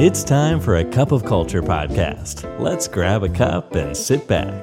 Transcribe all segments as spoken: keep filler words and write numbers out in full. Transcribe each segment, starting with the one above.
It's time for a cup of culture podcast. Let's grab a cup and sit back.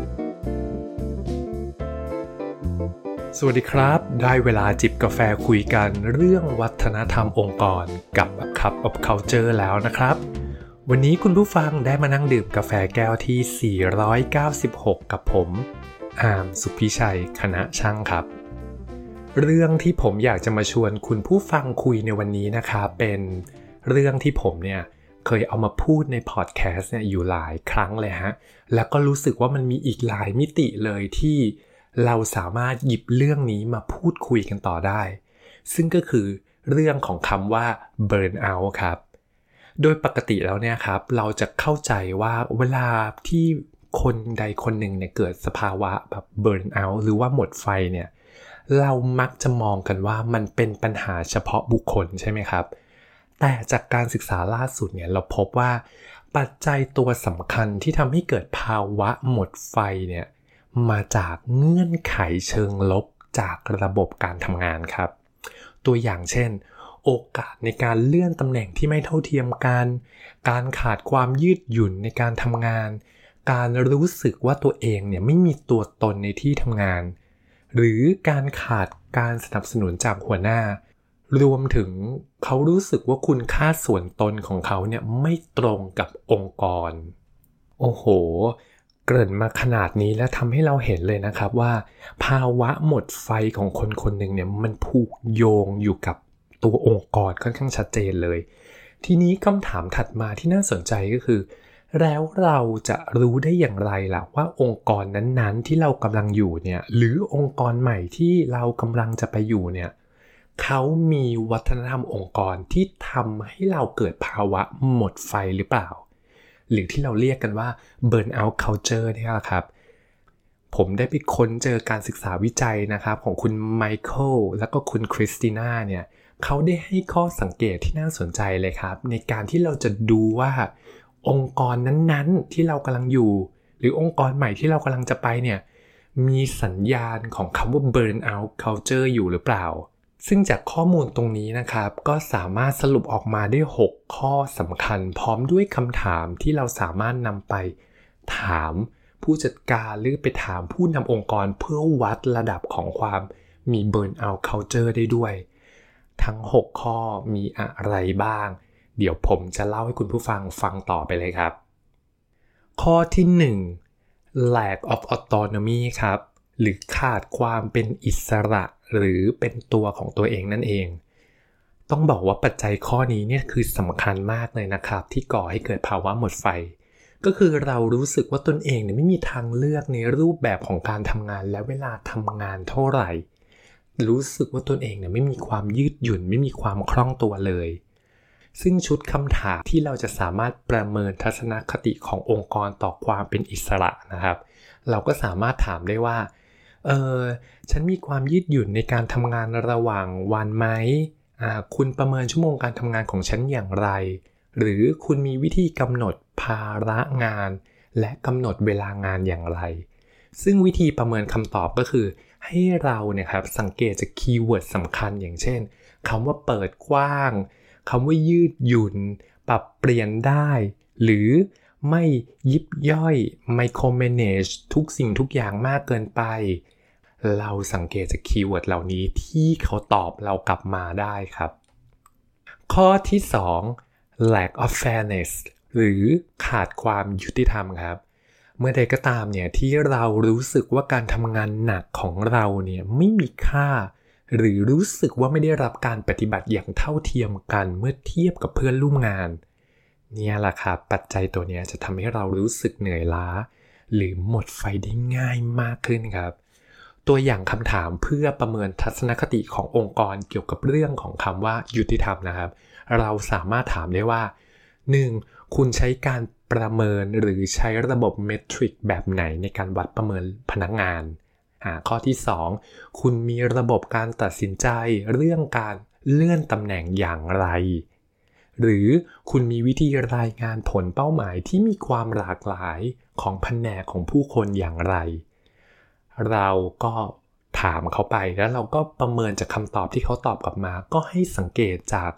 สวัสดีครับได้เวลาจิบกาแฟคุยกันเรื่องวัฒนธรรมองค์กรกับ A Cup of Culture แล้วนะครับวันนี้คุณผู้ฟังได้มานั่งดื่มกาแฟแก้วที่สี่ร้อยเก้าสิบหกกับผมอาร์มสุพิชัยคณะช่างครับเรื่องที่ผมอยากจะมาชวนคุณผู้ฟังคุยในวันนี้นะครับเป็นเรื่องที่ผมเนี่ยเคยเอามาพูดในพอดแคสต์เนี่ยอยู่หลายครั้งเลยฮะแล้วก็รู้สึกว่ามันมีอีกหลายมิติเลยที่เราสามารถหยิบเรื่องนี้มาพูดคุยกันต่อได้ซึ่งก็คือเรื่องของคำว่า burn out ครับโดยปกติแล้วเนี่ยครับเราจะเข้าใจว่าเวลาที่คนใดคนหนึ่งเนี่ยเกิดสภาวะแบบ burn out หรือว่าหมดไฟเนี่ยเรามักจะมองกันว่ามันเป็นปัญหาเฉพาะบุคคลใช่ไหมครับแต่จากการศึกษาล่าสุดเนี่ยเราพบว่าปัจจัยตัวสำคัญที่ทำให้เกิดภาวะหมดไฟเนี่ยมาจากเงื่อนไขเชิงลบจากระบบการทำงานครับตัวอย่างเช่นโอกาสในการเลื่อนตำแหน่งที่ไม่เท่าเทียมกันการขาดความยืดหยุ่นในการทำงานการรู้สึกว่าตัวเองเนี่ยไม่มีตัวตนในที่ทำงานหรือการขาดการสนับสนุนจากหัวหน้ารวมถึงเขารู้สึกว่าคุณค่าส่วนตนของเขาเนี่ยไม่ตรงกับองค์กรโอ้โหเกริ่นมาขนาดนี้แล้วทำให้เราเห็นเลยนะครับว่าภาวะหมดไฟของคนคนหนึ่งเนี่ยมันผูกโยงอยู่กับตัวองค์กรค่อนข้างชัดเจนเลยทีนี้คำถามถัดมาที่น่าสนใจก็คือแล้วเราจะรู้ได้อย่างไรล่ะว่าองค์กรนั้นๆที่เรากำลังอยู่เนี่ยหรือองค์กรใหม่ที่เรากำลังจะไปอยู่เนี่ยเขามีวัฒนธรรมองค์กรที่ทำให้เราเกิดภาวะหมดไฟหรือเปล่าหรือที่เราเรียกกันว่า burn out culture เนี่ยแหละครับผมได้ไปค้นเจอการศึกษาวิจัยนะครับของคุณไมเคิลแล้วก็คุณคริสติน่าเนี่ยเขาได้ให้ข้อสังเกตที่น่าสนใจเลยครับในการที่เราจะดูว่าองค์กรนั้นๆที่เรากำลังอยู่หรือองค์กรใหม่ที่เรากำลังจะไปเนี่ยมีสัญญาณของคำว่า burn out culture อยู่หรือเปล่าซึ่งจากข้อมูลตรงนี้นะครับก็สามารถสรุปออกมาได้หกข้อสำคัญพร้อมด้วยคำถามที่เราสามารถนำไปถามผู้จัดการหรือไปถามผู้นำองค์กรเพื่อวัดระดับของความมี burn out culture ได้ด้วยทั้งหกข้อมีอะไรบ้างเดี๋ยวผมจะเล่าให้คุณผู้ฟังฟังต่อไปเลยครับข้อที่หนึ่ง lack of autonomy ครับหรือขาดความเป็นอิสระหรือเป็นตัวของตัวเองนั่นเองต้องบอกว่าปัจจัยข้อนี้เนี่ยคือสำคัญมากเลยนะครับที่ก่อให้เกิดภาวะหมดไฟก็คือเรารู้สึกว่าตนเองเนี่ยไม่มีทางเลือกในรูปแบบของการทำงานและเวลาทำงานเท่าไหร่รู้สึกว่าตนเองเนี่ยไม่มีความยืดหยุ่นไม่มีความคล่องตัวเลยซึ่งชุดคำถามที่เราจะสามารถประเมินทัศนคติขององค์กรต่อความเป็นอิสระนะครับเราก็สามารถถามได้ว่าเออฉันมีความยืดหยุ่นในการทำงานระหว่างวันไหมอ่าคุณประเมินชั่วโมงการทำงานของฉันอย่างไรหรือคุณมีวิธีกำหนดภาระงานและกำหนดเวลางานอย่างไรซึ่งวิธีประเมินคำตอบก็คือให้เราเนี่ยครับสังเกตจากคีย์เวิร์ดสำคัญอย่างเช่นคำว่าเปิดกว้างคำว่ายืดหยุ่นปรับเปลี่ยนได้หรือไม่ยิบย่อยไมโครแมเนจทุกสิ่งทุกอย่างมากเกินไปเราสังเกตจากคีย์เวิร์ดเหล่านี้ที่เขาตอบเรากลับมาได้ครับข้อที่สอง lack of fairness หรือขาดความยุติธรรมครับเมื่อใดก็ตามเนี่ยที่เรารู้สึกว่าการทำงานหนักของเราเนี่ยไม่มีค่าหรือรู้สึกว่าไม่ได้รับการปฏิบัติอย่างเท่าเทียมกันเมื่อเทียบกับเพื่อนร่วมงานเนี่ยแหละครับปัจจัยตัวนี้จะทำให้เรารู้สึกเหนื่อยล้าหรือหมดไฟได้ง่ายมากขึ้นครับตัวอย่างคำถามเพื่อประเมินทัศนคติขององค์กรเกี่ยวกับเรื่องของคำว่ายุติธรรมนะครับเราสามารถถามได้ว่า หนึ่ง. คุณใช้การประเมินหรือใช้ระบบเมทริกแบบไหนในการวัดประเมินพนักงานอ่าข้อที่สองคุณมีระบบการตัดสินใจเรื่องการเลื่อนตำแหน่งอย่างไรหรือคุณมีวิธีรายงานผลเป้าหมายที่มีความหลากหลายของแผนกของผู้คนอย่างไรเราก็ถามเขาไปแล้วเราก็ประเมินจากคำตอบที่เขาตอบกลับมาก็ให้สังเกตจาก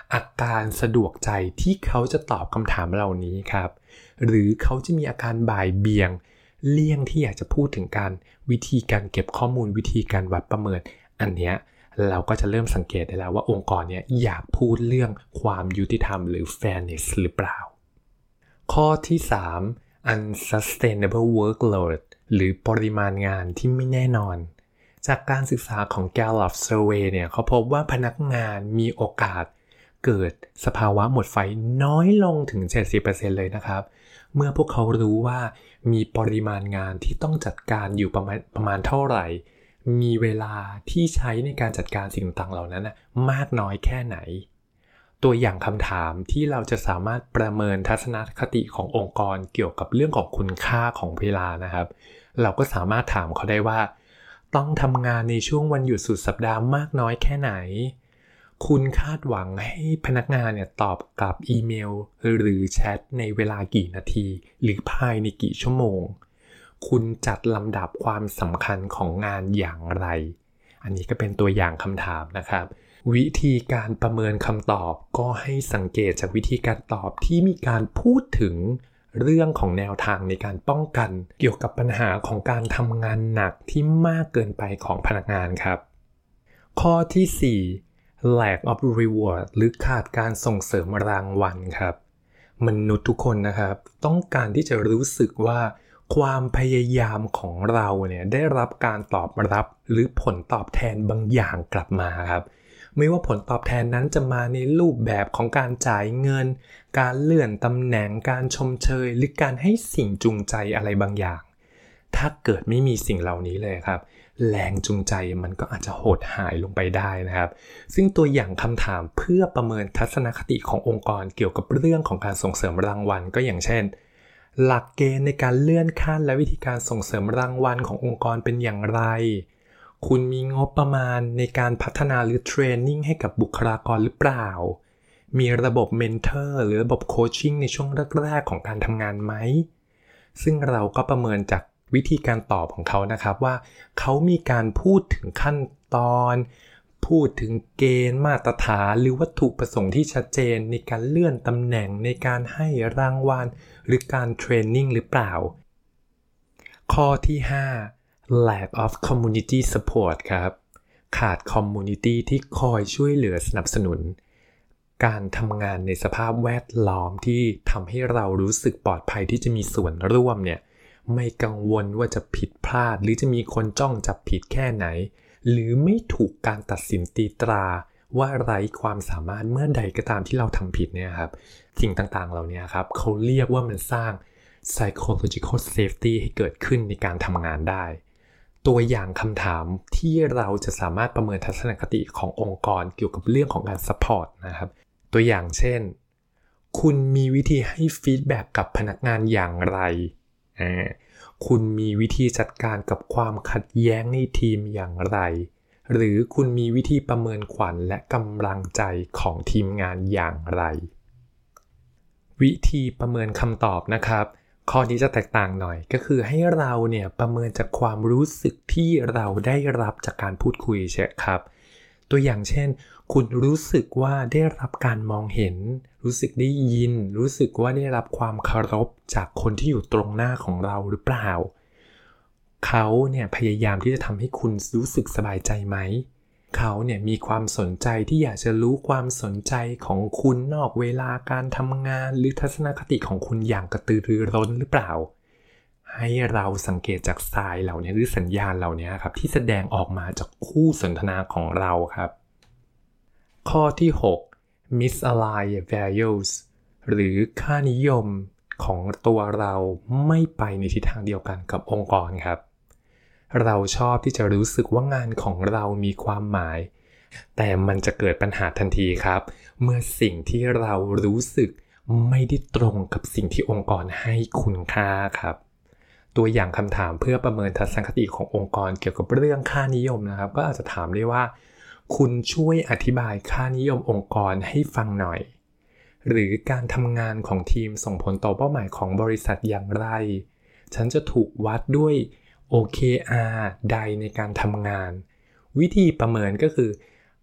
อาการสะดวกใจที่เขาจะตอบคำถามเหล่านี้ครับหรือเขาจะมีอาการบ่ายเบี่ยงเลี่ยงที่อยากจะพูดถึงการวิธีการเก็บข้อมูลวิธีการวัดประเมินอันเนี้ยเราก็จะเริ่มสังเกตได้แล้วว่าองค์กรเนี้ยอยากพูดเรื่องความยุติธรรมหรือ fairness หรือเปล่าข้อที่สาม unsustainable workload หรือปริมาณงานที่ไม่แน่นอนจากการศึกษาของ Gallup Survey เนี่ยเขาพบว่าพนักงานมีโอกาสเกิดสภาวะหมดไฟน้อยลงถึง เจ็ดสิบเปอร์เซ็นต์ เลยนะครับเมื่อพวกเขารู้ว่ามีปริมาณงานที่ต้องจัดการอยู่ประมาณประมาณเท่าไหร่มีเวลาที่ใช้ในการจัดการสิ่งต่างๆเหล่านั้นนะมากน้อยแค่ไหนตัวอย่างคำถามที่เราจะสามารถประเมินทัศนคติขององค์กรเกี่ยวกับเรื่องของคุณค่าของเวลานะครับเราก็สามารถถามเขาได้ว่าต้องทำงานในช่วงวันหยุดสุดสัปดาห์มากน้อยแค่ไหนคุณคาดหวังให้พนักงานเนี่ยตอบกลับอีเมลหรือแชทในเวลากี่นาทีหรือภายในกี่ชั่วโมงคุณจัดลำดับความสำคัญของงานอย่างไรอันนี้ก็เป็นตัวอย่างคำถามนะครับวิธีการประเมินคำตอบก็ให้สังเกตจากวิธีการตอบที่มีการพูดถึงเรื่องของแนวทางในการป้องกันเกี่ยวกับปัญหาของการทำงานหนักที่มากเกินไปของพนักงานครับข้อที่สี่ lack of reward หรือขาดการส่งเสริมรางวัลครับมนุษย์ทุกคนนะครับต้องการที่จะรู้สึกว่าความพยายามของเราเนี่ยได้รับการตอบรับหรือผลตอบแทนบางอย่างกลับมาครับไม่ว่าผลตอบแทนนั้นจะมาในรูปแบบของการจ่ายเงินการเลื่อนตำแหน่งการชมเชยหรือการให้สิ่งจูงใจอะไรบางอย่างถ้าเกิดไม่มีสิ่งเหล่านี้เลยครับแรงจูงใจมันก็อาจจะหดหายลงไปได้นะครับซึ่งตัวอย่างคำถามเพื่อประเมินทัศนคติขององค์กรเกี่ยวกับเรื่องของการส่งเสริมรางวัลก็อย่างเช่นหลักเกณฑ์ในการเลื่อนขั้นและวิธีการส่งเสริมรางวัลขององค์กรเป็นอย่างไรคุณมีงบประมาณในการพัฒนาหรือเทรนนิ่งให้กับบุคลากรหรือเปล่ามีระบบเมนเทอร์หรือระบบโคชชิ่งในช่วงแรกๆของการทำงานไหมซึ่งเราก็ประเมินจากวิธีการตอบของเขานะครับว่าเขามีการพูดถึงขั้นตอนพูดถึงเกณฑ์มาตรฐานหรือวัตถุประสงค์ที่ชัดเจนในการเลื่อนตำแหน่งในการให้รางวัลหรือการเทรนนิ่งหรือเปล่าข้อที่ห้า lack of community support ครับขาด community ที่คอยช่วยเหลือสนับสนุนการทำงานในสภาพแวดล้อมที่ทำให้เรารู้สึกปลอดภัยที่จะมีส่วนร่วมเนี่ยไม่กังวลว่าจะผิดพลาดหรือจะมีคนจ้องจับผิดแค่ไหนหรือไม่ถูกการตัดสินตีตราว่าไร้ความสามารถเมื่อใดก็ตามที่เราทำผิดเนี่ยครับสิ่งต่างๆเหล่านี้ครับเขาเรียกว่ามันสร้าง psychological safety ให้เกิดขึ้นในการทำงานได้ตัวอย่างคำถามที่เราจะสามารถประเมินทัศนคติขององค์กรเกี่ยวกับเรื่องของการ support นะครับตัวอย่างเช่นคุณมีวิธีให้ฟีดแบ็กกับพนักงานอย่างไรคุณมีวิธีจัดการกับความขัดแย้งในทีมอย่างไรหรือคุณมีวิธีประเมินขวัญและกำลังใจของทีมงานอย่างไรวิธีประเมินคำตอบนะครับข้อนี้จะแตกต่างหน่อยก็คือให้เราเนี่ยประเมินจากความรู้สึกที่เราได้รับจากการพูดคุยใช่ครับตัวอย่างเช่นคุณรู้สึกว่าได้รับการมองเห็นรู้สึกได้ยินรู้สึกว่าได้รับความเคารพจากคนที่อยู่ตรงหน้าของเราหรือเปล่าเขาเนี่ยพยายามที่จะทำให้คุณรู้สึกสบายใจไหมเขาเนี่ยมีความสนใจที่อยากจะรู้ความสนใจของคุณนอกเวลาการทำงานหรือทัศนคติของคุณอย่างกระตือรือร้นหรือเปล่าให้เราสังเกตจากทรายเหล่านี้หรือสัญญาณเหล่านี้ครับที่แสดงออกมาจากคู่สนทนาของเราครับข้อที่หก misaligned values หรือค่านิยมของตัวเราไม่ไปในทิศทางเดียวกันกับองค์กรครับเราชอบที่จะรู้สึกว่างานของเรามีความหมายแต่มันจะเกิดปัญหาทันทีครับเมื่อสิ่งที่เรารู้สึกไม่ได้ตรงกับสิ่งที่องค์กรให้คุณค่าครับตัวอย่างคำถามเพื่อประเมินทัศนคติขององค์กรเกี่ยวกับเรื่องค่านิยมนะครับก็อาจจะถามได้ว่าคุณช่วยอธิบายค่านิยมองค์กรให้ฟังหน่อยหรือการทำงานของทีมส่งผลต่อเป้าหมายของบริษัทอย่างไรฉันจะถูกวัดด้วย โอ เค อาร์ ใดในการทำงานวิธีประเมินก็คือ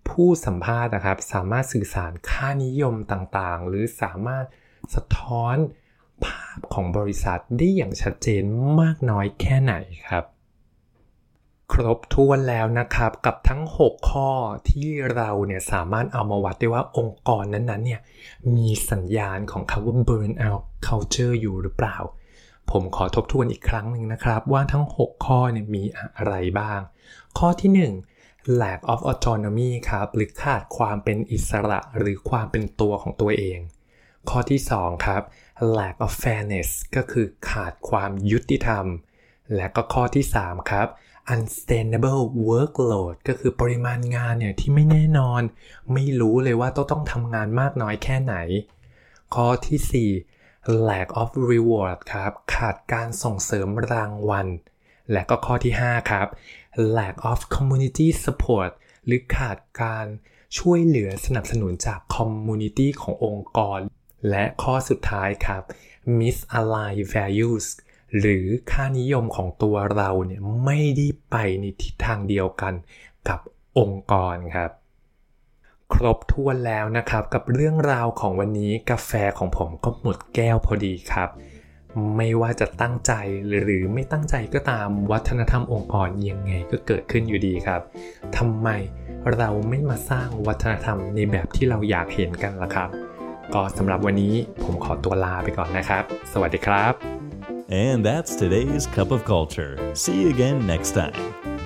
ผู้สัมภาษณ์นะครับสามารถสื่อสารค่านิยมต่างๆหรือสามารถสะท้อนภาพของบริษัทได้อย่างชัดเจนมากน้อยแค่ไหนครับครบถ้วนแล้วนะครับกับทั้งหกข้อที่เราเนี่ยสามารถเอามาวัดได้ว่าองค์กรนั้นๆเนี่ยมีสัญญาณของคำว่า burnout culture อยู่หรือเปล่าผมขอทบทวนอีกครั้งหนึ่งนะครับว่าทั้งหกข้อเนี่ยมีอะไรบ้างข้อที่หนึ่ง lack of autonomy ครับหรือขาดความเป็นอิสระหรือความเป็นตัวของตัวเองข้อที่สองครับ lack of fairness ก็คือขาดความยุติธรรมและก็ข้อที่สามครับ unsustainable workload ก็คือปริมาณงานเนี่ยที่ไม่แน่นอนไม่รู้เลยว่าต้องต้องทำงานมากน้อยแค่ไหนข้อที่สี่ lack of reward ครับขาดการส่งเสริมรางวัลและก็ข้อที่ห้าครับ lack of community support หรือขาดการช่วยเหลือสนับสนุนจาก community ขององค์กรและข้อสุดท้ายครับ misaligned values หรือค่านิยมของตัวเราเนี่ยไม่ได้ไปในทิศทางเดียวกันกับองค์กรครับครบถ้วนแล้วนะครับกับเรื่องราวของวันนี้กาแฟของผมก็หมดแก้วพอดีครับไม่ว่าจะตั้งใจหรือไม่ตั้งใจก็ตามวัฒนธรรมองค์กรยังไงก็เกิดขึ้นอยู่ดีครับทำไมเราไม่มาสร้างวัฒนธรรมในแบบที่เราอยากเห็นกันล่ะครับก็สำหรับวันนี้ผมขอตัวลาไปก่อนนะครับสวัสดีครับ And that's today's Cup of Culture. See you again next time.